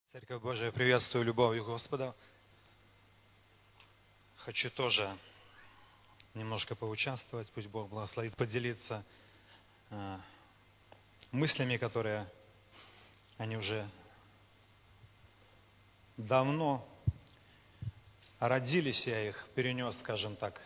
Церковь Божия, приветствую любовью Господа. Хочу тоже немножко поучаствовать, пусть Бог благословит, поделиться мыслями, которые они уже давно родились, я их перенес, скажем так,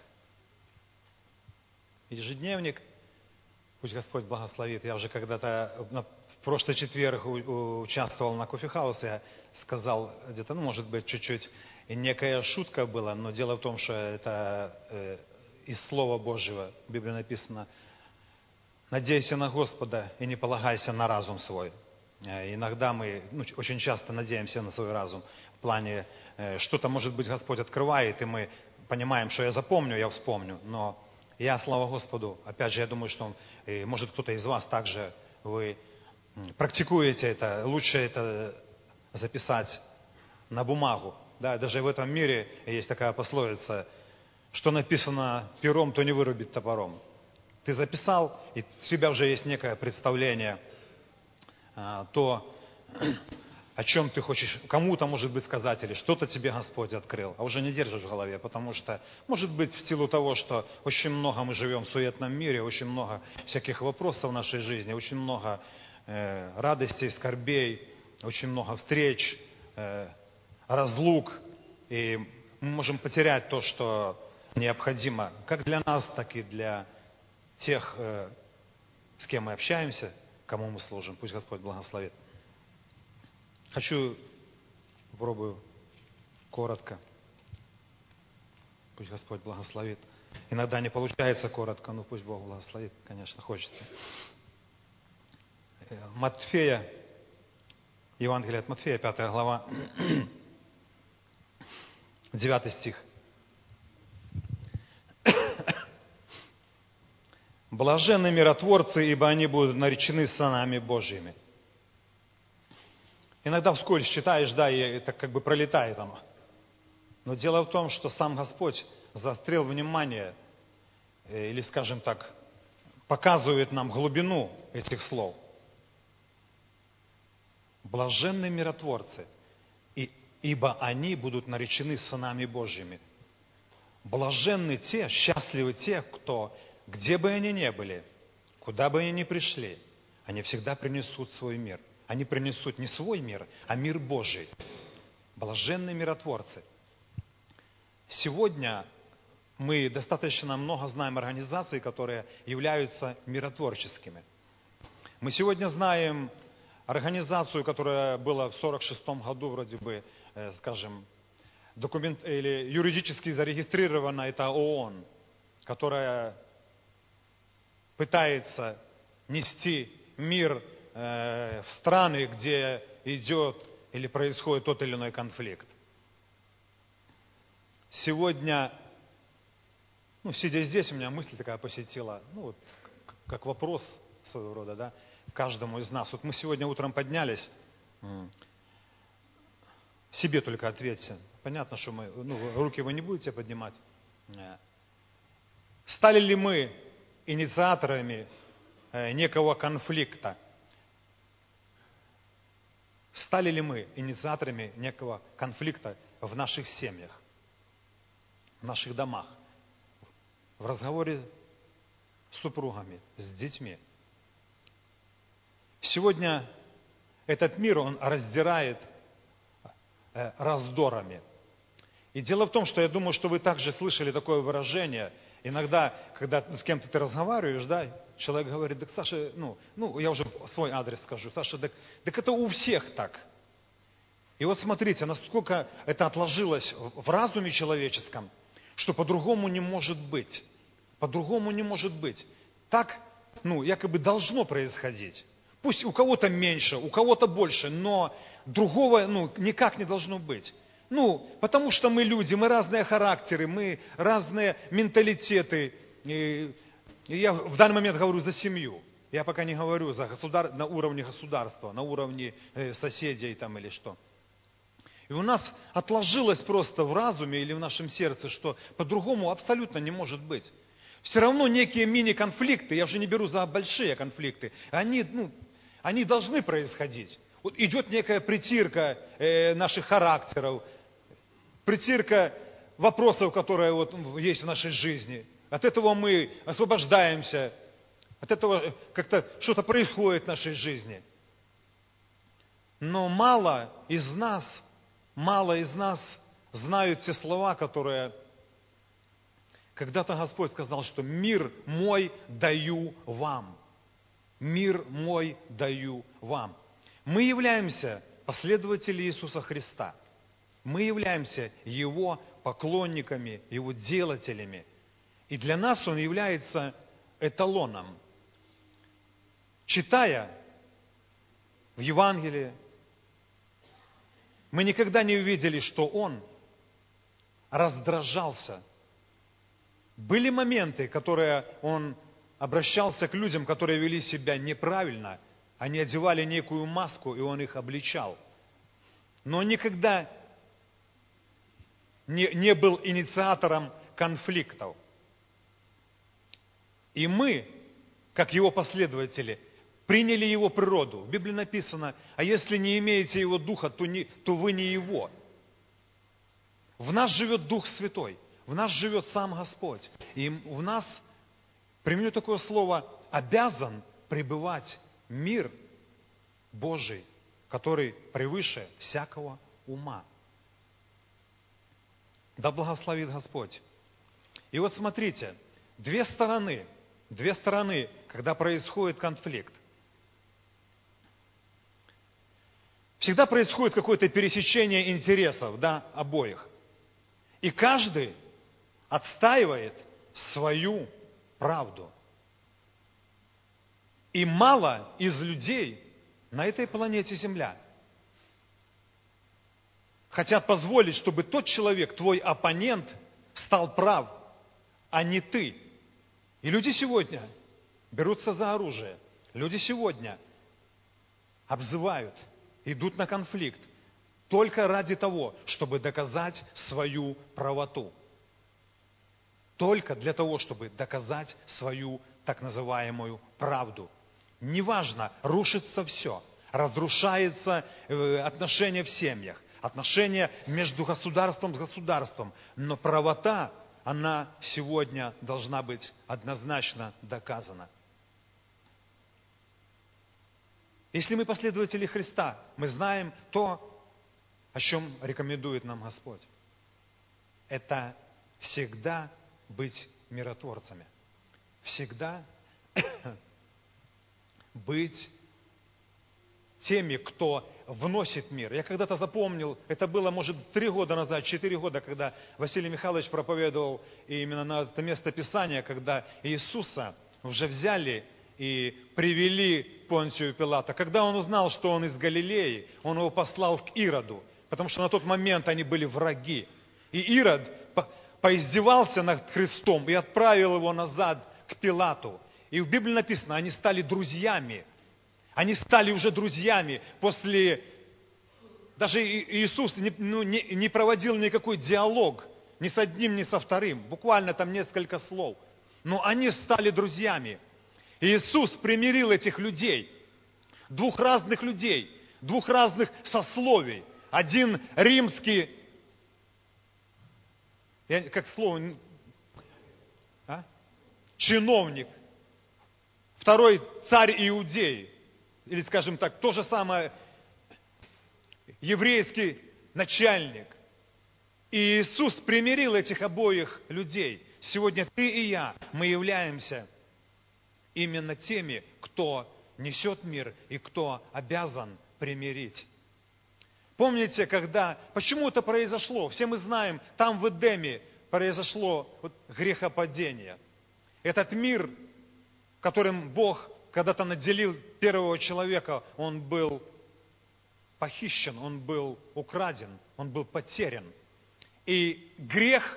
ежедневник. Пусть Господь благословит. Я уже когда-то в прошлый четверг участвовал на кофе-хаусе, я сказал где-то, может быть, чуть-чуть, и некая шутка была, но дело в том, что это из Слова Божьего, в Библии написано: «Надейся на Господа и не полагайся на разум свой». Иногда мы, очень часто надеемся на свой разум, в плане, что-то, может быть, Господь открывает, и мы понимаем, что я запомню, я вспомню, но я, слава Господу, опять же, я думаю, что, может, кто-то из вас также, вы практикуете это, лучше это записать на бумагу. Да, даже в этом мире есть такая пословица: что написано пером, то не вырубит топором. Ты записал, и у тебя уже есть некое представление, то, о чем ты хочешь кому-то, может быть, сказать, или что-то тебе Господь открыл, а уже не держишь в голове, потому что, может быть, в силу того, что очень много мы живем в суетном мире, очень много всяких вопросов в нашей жизни, очень много радостей, скорбей, очень много встреч, разлук, и мы можем потерять то, что необходимо, как для нас, так и для тех, с кем мы общаемся, кому мы служим. Пусть Господь благословит. Попробую коротко. Пусть Господь благословит. Иногда не получается коротко, но пусть Бог благословит, конечно, хочется. Матфея, Евангелие от Матфея, 5 глава, 9 стих. «Блаженны миротворцы, ибо они будут наречены сынами Божьими». Иногда вскользь читаешь, да, и это как бы пролетает оно. Но дело в том, что сам Господь заострил внимание, или, скажем так, показывает нам глубину этих слов. Блаженны миротворцы, ибо они будут наречены сынами Божьими. Блаженны те, счастливы те, кто, где бы они ни были, куда бы они ни пришли, они всегда принесут свой мир. Они принесут не свой мир, а мир Божий. Блаженные миротворцы. Сегодня мы достаточно много знаем организаций, которые являются миротворческими. Мы сегодня знаем организацию, которая была в 1946 году, вроде бы, скажем, или юридически зарегистрирована, это ООН, которая пытается нести мир в страны, где идет или происходит тот или иной конфликт. Сегодня, сидя здесь, у меня мысль такая посетила, как вопрос своего рода, да, каждому из нас. Вот мы сегодня утром поднялись, себе только ответьте. Понятно, что руки вы не будете поднимать. Стали ли мы инициаторами некого конфликта? Стали ли мы инициаторами некого конфликта в наших семьях, в наших домах, в разговоре с супругами, с детьми? Сегодня этот мир, он раздирает раздорами. И дело в том, что я думаю, что вы также слышали такое выражение. Иногда, когда с кем-то ты разговариваешь, да, человек говорит: так, Саша, я уже свой адрес скажу, Саша, так это у всех так. И вот смотрите, насколько это отложилось в разуме человеческом, что по-другому не может быть. По-другому не может быть. Так, якобы должно происходить. Пусть у кого-то меньше, у кого-то больше, но другого, никак не должно быть. Потому что мы люди, мы разные характеры, мы разные менталитеты. И я в данный момент говорю за семью. Я пока не говорю на уровне государства, на уровне соседей там или что. И у нас отложилось просто в разуме или в нашем сердце, что по-другому абсолютно не может быть. Все равно некие мини-конфликты, я уже не беру за большие конфликты, они должны происходить. Вот идет некая притирка наших характеров, притирка вопросов, которые вот есть в нашей жизни. От этого мы освобождаемся, от этого как-то что-то происходит в нашей жизни. Но мало из нас знают те слова, которые когда-то Господь сказал, что мир мой даю вам. Мир мой даю вам. Мы являемся последователями Иисуса Христа. Мы являемся Его поклонниками, Его делателями. И для нас Он является эталоном. Читая в Евангелии, мы никогда не увидели, что Он раздражался. Были моменты, которые Он обращался к людям, которые вели себя неправильно. Они одевали некую маску, и Он их обличал. Но Он никогда не был инициатором конфликтов. И мы, как Его последователи, приняли Его природу. В Библии написано: а если не имеете Его Духа, то вы не Его. В нас живет Дух Святой, в нас живет сам Господь. И в нас, применю такое слово, обязан пребывать мир Божий, который превыше всякого ума. Да благословит Господь. И вот смотрите, две стороны, когда происходит конфликт. Всегда происходит какое-то пересечение интересов, да, обоих. И каждый отстаивает свою правду. И мало из людей на этой планете Земля хотят позволить, чтобы тот человек, твой оппонент, стал прав, а не ты. И люди сегодня берутся за оружие. Люди сегодня обзывают, идут на конфликт только ради того, чтобы доказать свою правоту. Только для того, чтобы доказать свою так называемую правду. Неважно, рушится все, разрушаются отношения в семьях, отношения между государством с государством, но правота, она сегодня должна быть однозначно доказана. Если мы последователи Христа, мы знаем то, о чем рекомендует нам Господь. Это всегда быть миротворцами. Всегда быть теми, кто вносит мир. Я когда-то запомнил, это было, может, 3 года назад, 4 года, когда Василий Михайлович проповедовал именно на это место Писания, когда Иисуса уже взяли и привели к Понтию Пилата. Когда он узнал, что он из Галилеи, он его послал к Ироду, потому что на тот момент они были враги. И Ирод поиздевался над Христом и отправил его назад к Пилату. И в Библии написано, они стали друзьями. Они стали уже друзьями после... Даже Иисус не проводил никакой диалог ни с одним, ни со вторым. Буквально там несколько слов. Но они стали друзьями. И Иисус примирил этих людей. 2 разных людей, 2 разных сословий. Один римский, как слово, чиновник. Второй царь Иудеи. Или, скажем так, то же самое, еврейский начальник. И Иисус примирил этих обоих людей. Сегодня ты и я, мы являемся именно теми, кто несет мир и кто обязан примирить. Помните, почему это произошло? Все мы знаем, там в Эдеме произошло грехопадение. Этот мир, которым Бог когда-то наделил первого человека, он был похищен, он был украден, он был потерян. И грех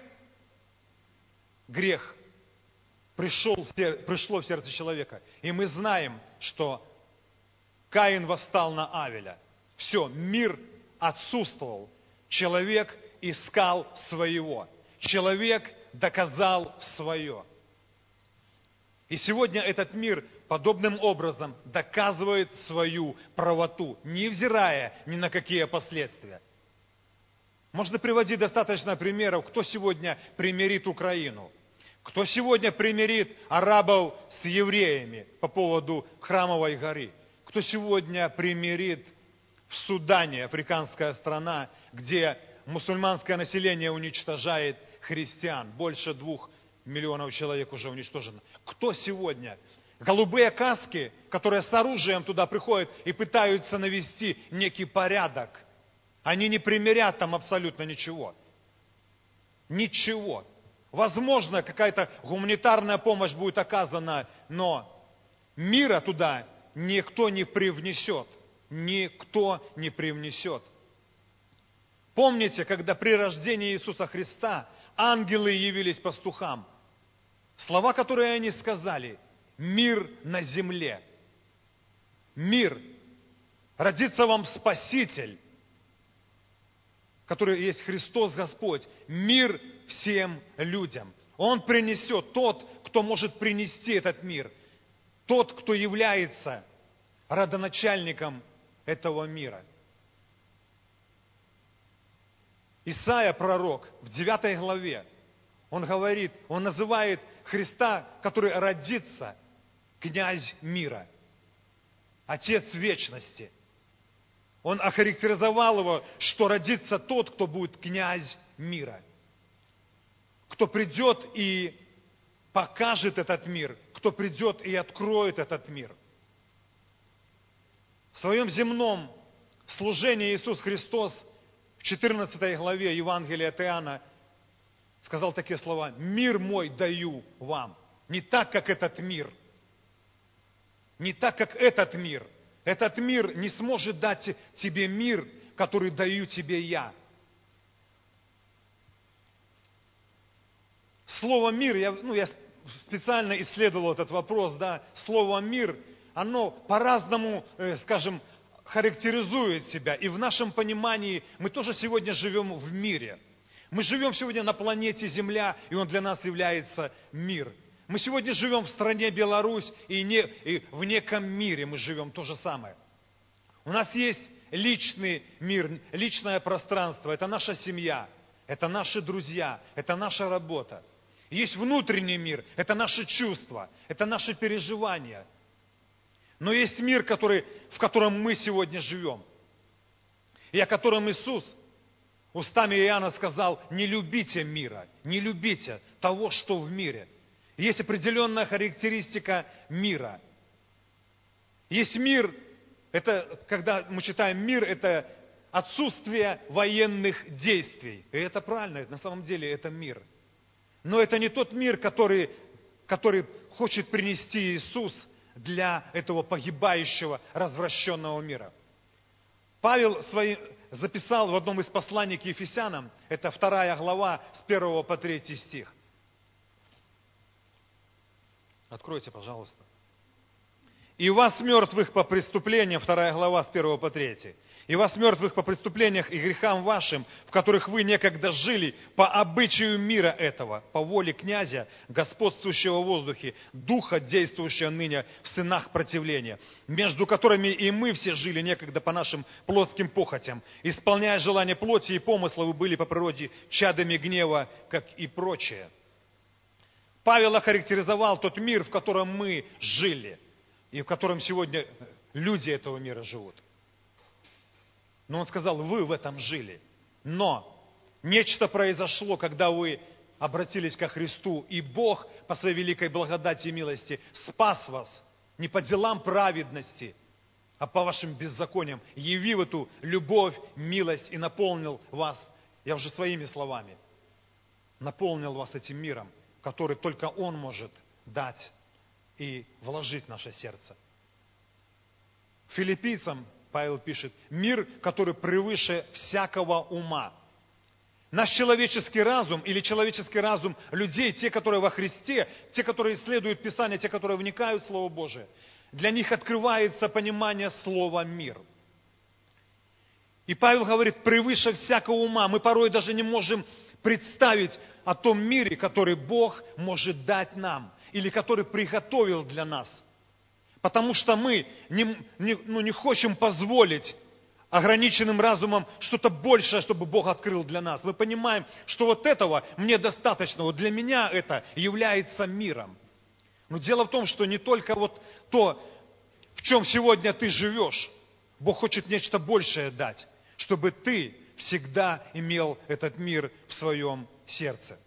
пришло в сердце человека. И мы знаем, что Каин восстал на Авеля. Все, мир отсутствовал. Человек искал своего. Человек доказал свое. И сегодня этот мир подобным образом доказывает свою правоту, невзирая ни на какие последствия. Можно приводить достаточно примеров, кто сегодня примирит Украину, кто сегодня примирит арабов с евреями по поводу Храмовой горы, кто сегодня примирит в Судане, африканская страна, где мусульманское население уничтожает христиан, больше 2 миллионов человек уже уничтожено. Кто сегодня? Голубые каски, которые с оружием туда приходят и пытаются навести некий порядок. Они не примирят там абсолютно ничего. Ничего. Возможно, какая-то гуманитарная помощь будет оказана, но мира туда никто не привнесет. Никто не привнесет. Помните, когда при рождении Иисуса Христа ангелы явились пастухам? Слова, которые они сказали: мир на земле. Мир. Родится вам Спаситель, который есть Христос Господь. Мир всем людям. Он принесет, тот, кто может принести этот мир. Тот, кто является родоначальником этого мира. Исаия, пророк, в 9 главе, он говорит, он называет Христа, который родится, князь мира, Отец вечности. Он охарактеризовал его, что родится тот, кто будет князь мира, кто придет и покажет этот мир, кто придет и откроет этот мир. В своем земном служении Иисус Христос в 14 главе Евангелия от Иоанна сказал такие слова: «Мир мой даю вам». Не так, как этот мир. Не так, как этот мир. Этот мир не сможет дать тебе мир, который даю тебе я. Слово «мир», я специально исследовал этот вопрос, да, слово «мир», оно по-разному, скажем, характеризует себя. И в нашем понимании мы тоже сегодня живем в мире. Мы живем сегодня на планете Земля, и он для нас является мир. Мы сегодня живем в стране Беларусь, и в неком мире мы живем то же самое. У нас есть личный мир, личное пространство, это наша семья, это наши друзья, это наша работа. Есть внутренний мир, это наши чувства, это наши переживания. Но есть мир, в котором мы сегодня живем, и о котором Иисус устами Иоанна сказал: не любите мира, не любите того, что в мире. Есть определенная характеристика мира. Есть мир, это, когда мы читаем мир, это отсутствие военных действий. И это правильно, на самом деле это мир. Но это не тот мир, который хочет принести Иисус для этого погибающего, развращенного мира. Павел записал в одном из посланий к Ефесянам, это 2 глава, с 1 по 3 стих. Откройте, пожалуйста. «И вас мертвых по преступлениям», 2 глава, с 1 по 3. «И вас мертвых по преступлениях и грехам вашим, в которых вы некогда жили, по обычаю мира этого, по воле князя, господствующего в воздухе, духа, действующего ныне в сынах противления, между которыми и мы все жили некогда по нашим плотским похотям, исполняя желания плоти и помысла, вы были по природе чадами гнева, как и прочее». Павел охарактеризовал тот мир, в котором мы жили, и в котором сегодня люди этого мира живут. Но он сказал: вы в этом жили. Но нечто произошло, когда вы обратились ко Христу, и Бог по своей великой благодати и милости спас вас не по делам праведности, а по вашим беззакониям, явив эту любовь, милость и наполнил вас, я уже своими словами, наполнил вас этим миром, который только Он может дать и вложить в наше сердце. Филиппийцам Павел пишет: мир, который превыше всякого ума. Наш человеческий разум или человеческий разум людей, те, которые во Христе, те, которые исследуют Писание, те, которые вникают в Слово Божие, для них открывается понимание слова «мир». И Павел говорит: превыше всякого ума. Мы порой даже не можем представить о том мире, который Бог может дать нам, или который приготовил для нас. Потому что мы не хотим позволить ограниченным разумом что-то большее, чтобы Бог открыл для нас. Мы понимаем, что вот этого мне достаточно, вот для меня это является миром. Но дело в том, что не только вот то, в чем сегодня ты живешь, Бог хочет нечто большее дать, чтобы ты всегда имел этот мир в своем сердце.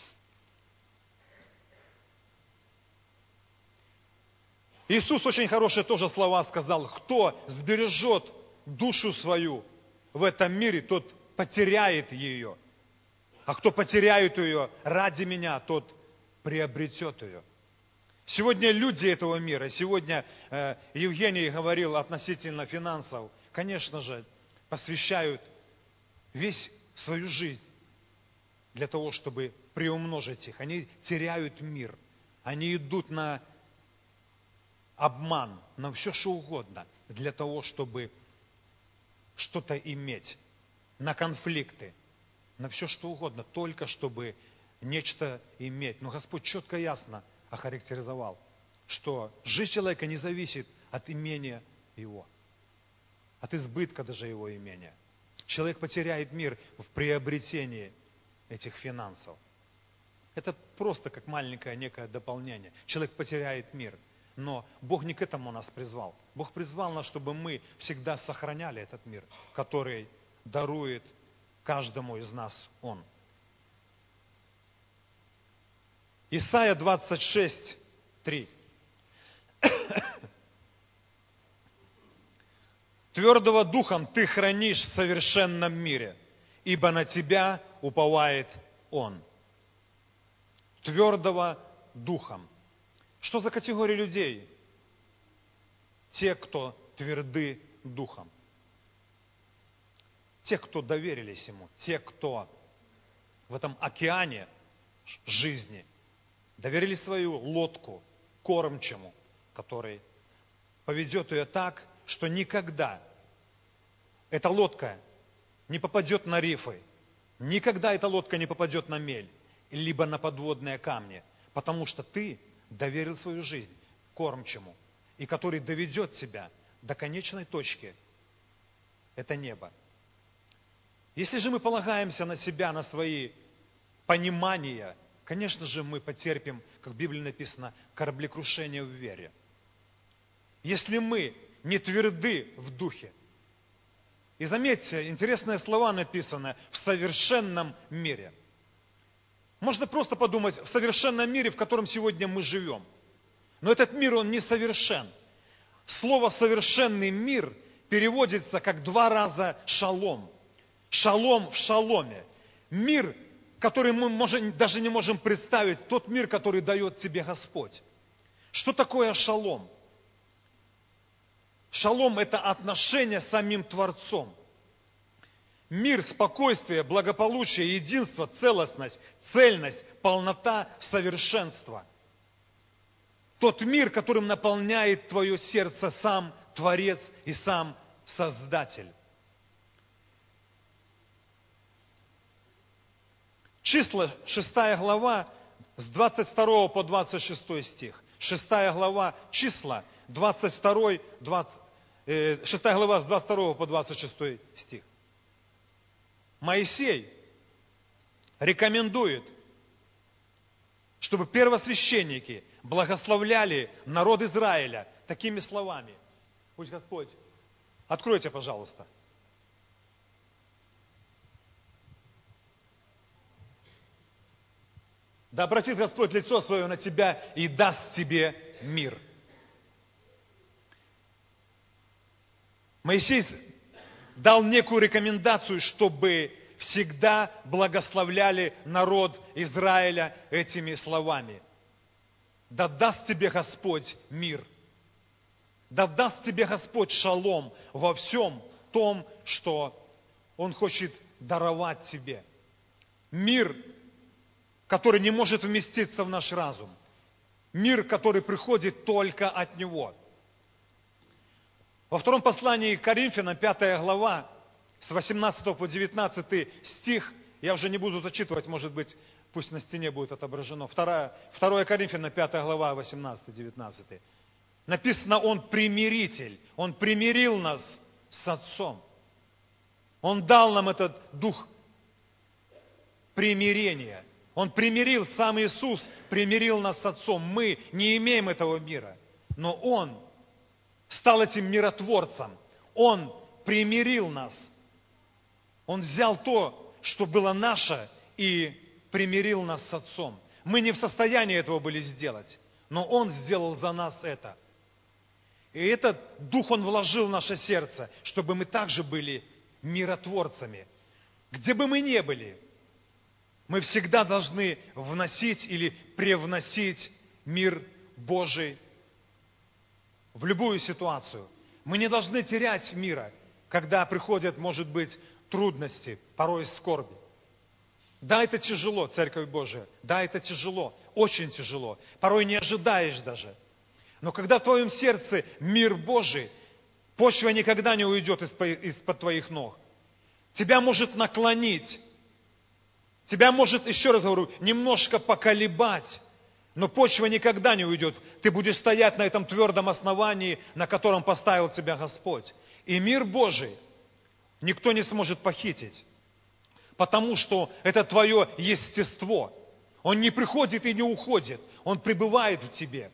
Иисус очень хорошие тоже слова сказал: кто сбережет душу свою в этом мире, тот потеряет ее. А кто потеряет ее ради меня, тот приобретет ее. Сегодня люди этого мира, сегодня Евгений говорил относительно финансов, конечно же, посвящают весь свою жизнь для того, чтобы приумножить их. Они теряют мир, они идут на обман, на все что угодно, для того, чтобы что-то иметь, на конфликты, на все что угодно, только чтобы нечто иметь. Но Господь четко и ясно охарактеризовал, что жизнь человека не зависит от имения его, от избытка даже его имения. Человек потеряет мир в приобретении этих финансов. Это просто как маленькое некое дополнение. Человек потеряет мир. Но Бог не к этому нас призвал. Бог призвал нас, чтобы мы всегда сохраняли этот мир, который дарует каждому из нас Он. Исайя 26, 3. Твердого духом ты хранишь в совершенном мире, ибо на тебя уповает Он. Твердого духом. Что за категория людей? Те, кто тверды духом. Те, кто доверились Ему. Те, кто в этом океане жизни доверили свою лодку кормчему, который поведет ее так, что никогда эта лодка не попадет на рифы, никогда эта лодка не попадет на мель, либо на подводные камни, потому что ты доверил свою жизнь кормчему, и который доведет тебя до конечной точки, это небо. Если же мы полагаемся на себя, на свои понимания, конечно же, мы потерпим, как в Библии написано, кораблекрушение в вере. Если мы не тверды в духе. И заметьте, интересные слова написаны: в совершенном мире. Можно просто подумать, в совершенном мире, в котором сегодня мы живем. Но этот мир, он не совершен. Слово «совершенный мир» переводится как 2 раза «шалом». Шалом в шаломе. Мир, который мы даже не можем представить, тот мир, который дает тебе Господь. Что такое шалом? Шалом – это отношение с самим Творцом. Мир, спокойствие, благополучие, единство, целостность, цельность, полнота, совершенство. Тот мир, которым наполняет твое сердце сам Творец и сам Создатель. Числа, 6 глава, с 22 по 26 стих. 6 глава, числа, 6 глава, с 22 по 26 стих. Моисей рекомендует, чтобы первосвященники благословляли народ Израиля такими словами. Пусть Господь, откройте, пожалуйста. Да обратит Господь лицо свое на тебя и даст тебе мир. Моисей дал некую рекомендацию, чтобы всегда благословляли народ Израиля этими словами. Да даст тебе Господь мир. Да даст тебе Господь шалом во всем том, что Он хочет даровать тебе. Мир, который не может вместиться в наш разум. Мир, который приходит только от Него. Во втором послании к Коринфянам, 5 глава, с 18 по 19 стих, я уже не буду зачитывать, может быть, пусть на стене будет отображено. 2 Коринфянам, 5 глава, 18-19. Написано, Он примиритель. Он примирил нас с Отцом. Он дал нам этот дух примирения. Он примирил, сам Иисус примирил нас с Отцом. Мы не имеем этого мира, но Он стал этим миротворцем. Он примирил нас. Он взял то, что было наше, и примирил нас с Отцом. Мы не в состоянии этого были сделать, но Он сделал за нас это. И этот дух Он вложил в наше сердце, чтобы мы также были миротворцами. Где бы мы ни были, мы всегда должны вносить или привносить мир Божий в любую ситуацию. Мы не должны терять мира, когда приходят, может быть, трудности, порой скорби. Да, это тяжело, Церковь Божия. Да, это тяжело, очень тяжело. Порой не ожидаешь даже. Но когда в твоем сердце мир Божий, почва никогда не уйдет из-под твоих ног. Тебя может наклонить. Тебя может, еще раз говорю, немножко поколебать. Но почва никогда не уйдет. Ты будешь стоять на этом твердом основании, на котором поставил тебя Господь. И мир Божий никто не сможет похитить. Потому что это твое естество. Он не приходит и не уходит. Он пребывает в тебе.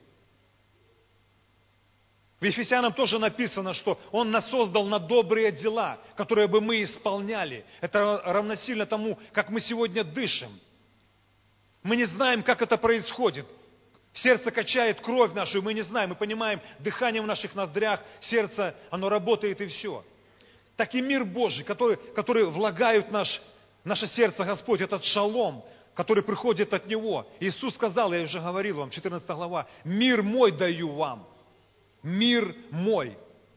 В Ефесянам тоже написано, что Он нас создал на добрые дела, которые бы мы исполняли. Это равносильно тому, как мы сегодня дышим. Мы не знаем, как это происходит. Сердце качает кровь нашу, и мы не знаем. Мы понимаем, дыхание в наших ноздрях, сердце, оно работает и все. Так и мир Божий, который влагает в наше сердце Господь, этот шалом, который приходит от Него. Иисус сказал, я уже говорил вам, 14 глава, «Мир мой даю вам». Мир мой.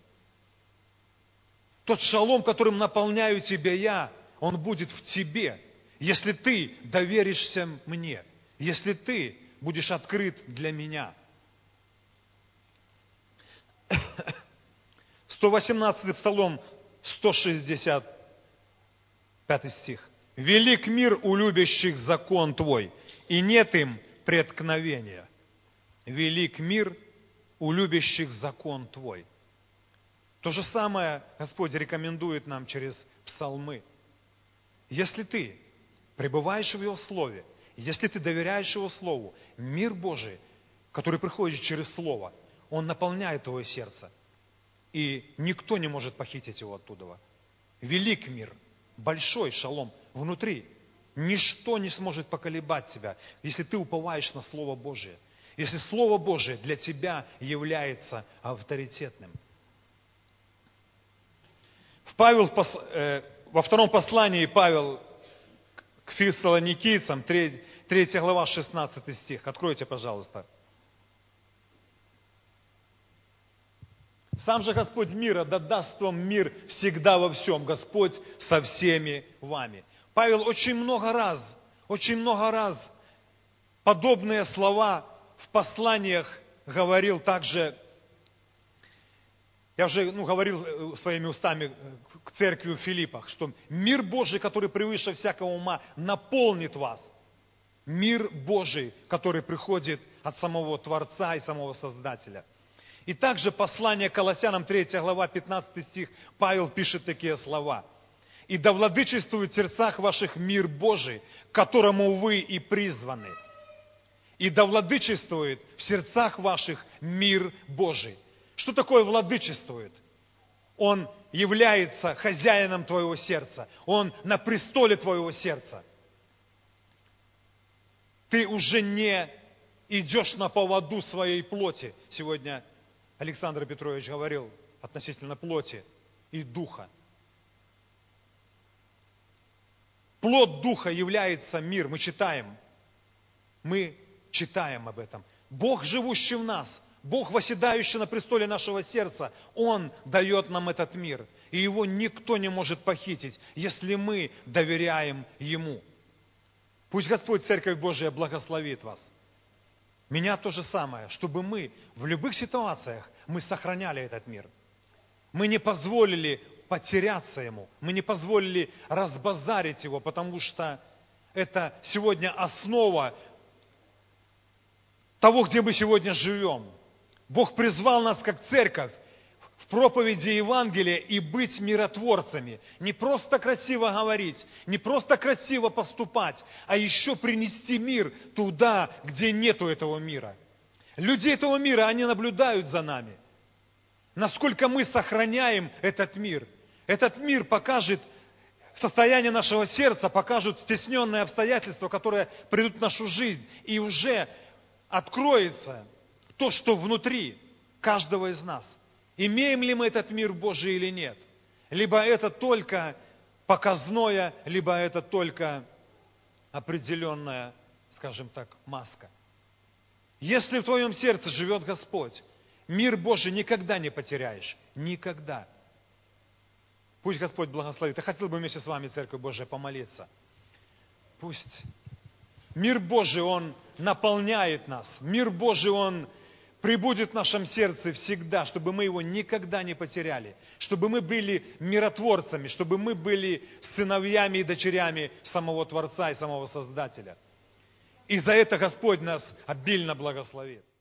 Тот шалом, которым наполняю тебя я, он будет в тебе, если ты доверишься мне, если ты будешь открыт для меня. 118-й Псалом, 165 стих. «Велик мир у любящих закон Твой, и нет им преткновения». Велик мир у любящих закон Твой. То же самое Господь рекомендует нам через псалмы. Если ты пребываешь в Его Слове, если ты доверяешь Его Слову, мир Божий, который приходит через Слово, он наполняет твое сердце. И никто не может похитить его оттуда. Велик мир, большой шалом внутри. Ничто не сможет поколебать тебя, если ты уповаешь на Слово Божие. Если Слово Божие для тебя является авторитетным. Во втором послании Павел к фессалоникийцам, 3 глава, 16 стих. Откройте, пожалуйста. «Сам же Господь мира да даст вам мир всегда во всем, Господь со всеми вами». Павел очень много раз подобные слова в посланиях говорил также, я уже говорил своими устами к церкви в Филиппах, что мир Божий, который превыше всякого ума, наполнит вас. Мир Божий, который приходит от самого Творца и самого Создателя. И также послание к Колоссянам, 3 глава, 15 стих, Павел пишет такие слова. «И да владычествует в сердцах ваших мир Божий, к которому вы и призваны». И да владычествует в сердцах ваших мир Божий. Что такое владычествует? Он является хозяином твоего сердца. Он на престоле твоего сердца. Ты уже не идешь на поводу своей плоти. Сегодня Александр Петрович говорил относительно плоти и духа. Плод духа является мир. Мы читаем об этом. Бог, живущий в нас, Бог, восседающий на престоле нашего сердца, Он дает нам этот мир. И его никто не может похитить, если мы доверяем Ему. Пусть Господь, Церковь Божия, благословит вас. Меня то же самое, чтобы мы в любых ситуациях мы сохраняли этот мир. Мы не позволили потеряться ему, мы не позволили разбазарить его, потому что это сегодня основа того, где мы сегодня живем. Бог призвал нас как церковь в проповеди Евангелия и быть миротворцами. Не просто красиво говорить, не просто красиво поступать, а еще принести мир туда, где нету этого мира. Люди этого мира, они наблюдают за нами. Насколько мы сохраняем этот мир. Этот мир покажет состояние нашего сердца, покажут стесненные обстоятельства, которые придут в нашу жизнь. И уже откроется то, что внутри каждого из нас. Имеем ли мы этот мир Божий или нет? Либо это только показное, либо это только определенная, скажем так, маска. Если в твоем сердце живет Господь, мир Божий никогда не потеряешь. Никогда. Пусть Господь благословит. Я хотел бы вместе с вами, Церковь Божия, помолиться. Пусть мир Божий, Он наполняет нас. Мир Божий, Он пребудет в нашем сердце всегда, чтобы мы его никогда не потеряли. Чтобы мы были миротворцами, чтобы мы были сыновьями и дочерями самого Творца и самого Создателя. И за это Господь нас обильно благословит.